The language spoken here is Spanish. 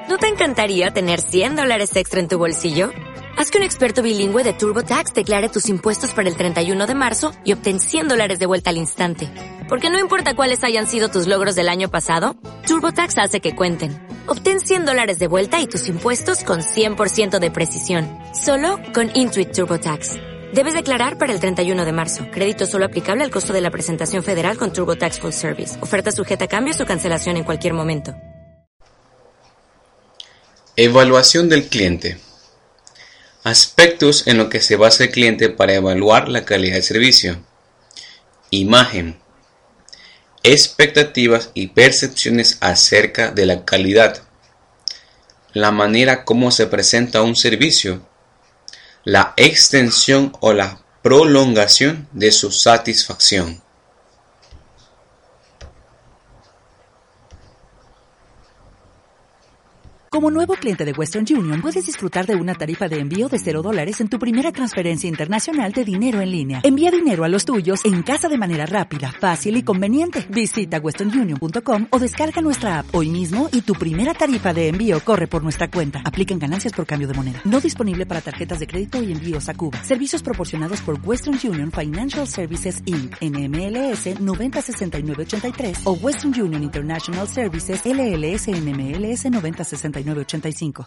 ¿No te encantaría tener $100 extra en tu bolsillo? Haz que un experto bilingüe de TurboTax declare tus impuestos para el 31 de marzo y obtén $100 de vuelta al instante. Porque no importa cuáles hayan sido tus logros del año pasado, TurboTax hace que cuenten. Obtén $100 de vuelta y tus impuestos con 100% de precisión. Solo con Intuit TurboTax. Debes declarar para el 31 de marzo. Crédito solo aplicable al costo de la presentación federal con TurboTax Full Service. Oferta sujeta a cambios o cancelación en cualquier momento. Evaluación del cliente. Aspectos en los que se basa el cliente para evaluar la calidad del servicio. Imagen. Expectativas y percepciones acerca de la calidad. La manera como se presenta un servicio. La extensión o la prolongación de su satisfacción. Como nuevo cliente de Western Union, puedes disfrutar de una tarifa de envío de $0 en tu primera transferencia internacional de dinero en línea. Envía dinero a los tuyos en casa de manera rápida, fácil y conveniente. Visita westernunion.com o descarga nuestra app hoy mismo y tu primera tarifa de envío corre por nuestra cuenta. Aplican ganancias por cambio de moneda. No disponible para tarjetas de crédito y envíos a Cuba. Servicios proporcionados por Western Union Financial Services Inc. NMLS 906983 o Western Union International Services LLS NMLS 906985.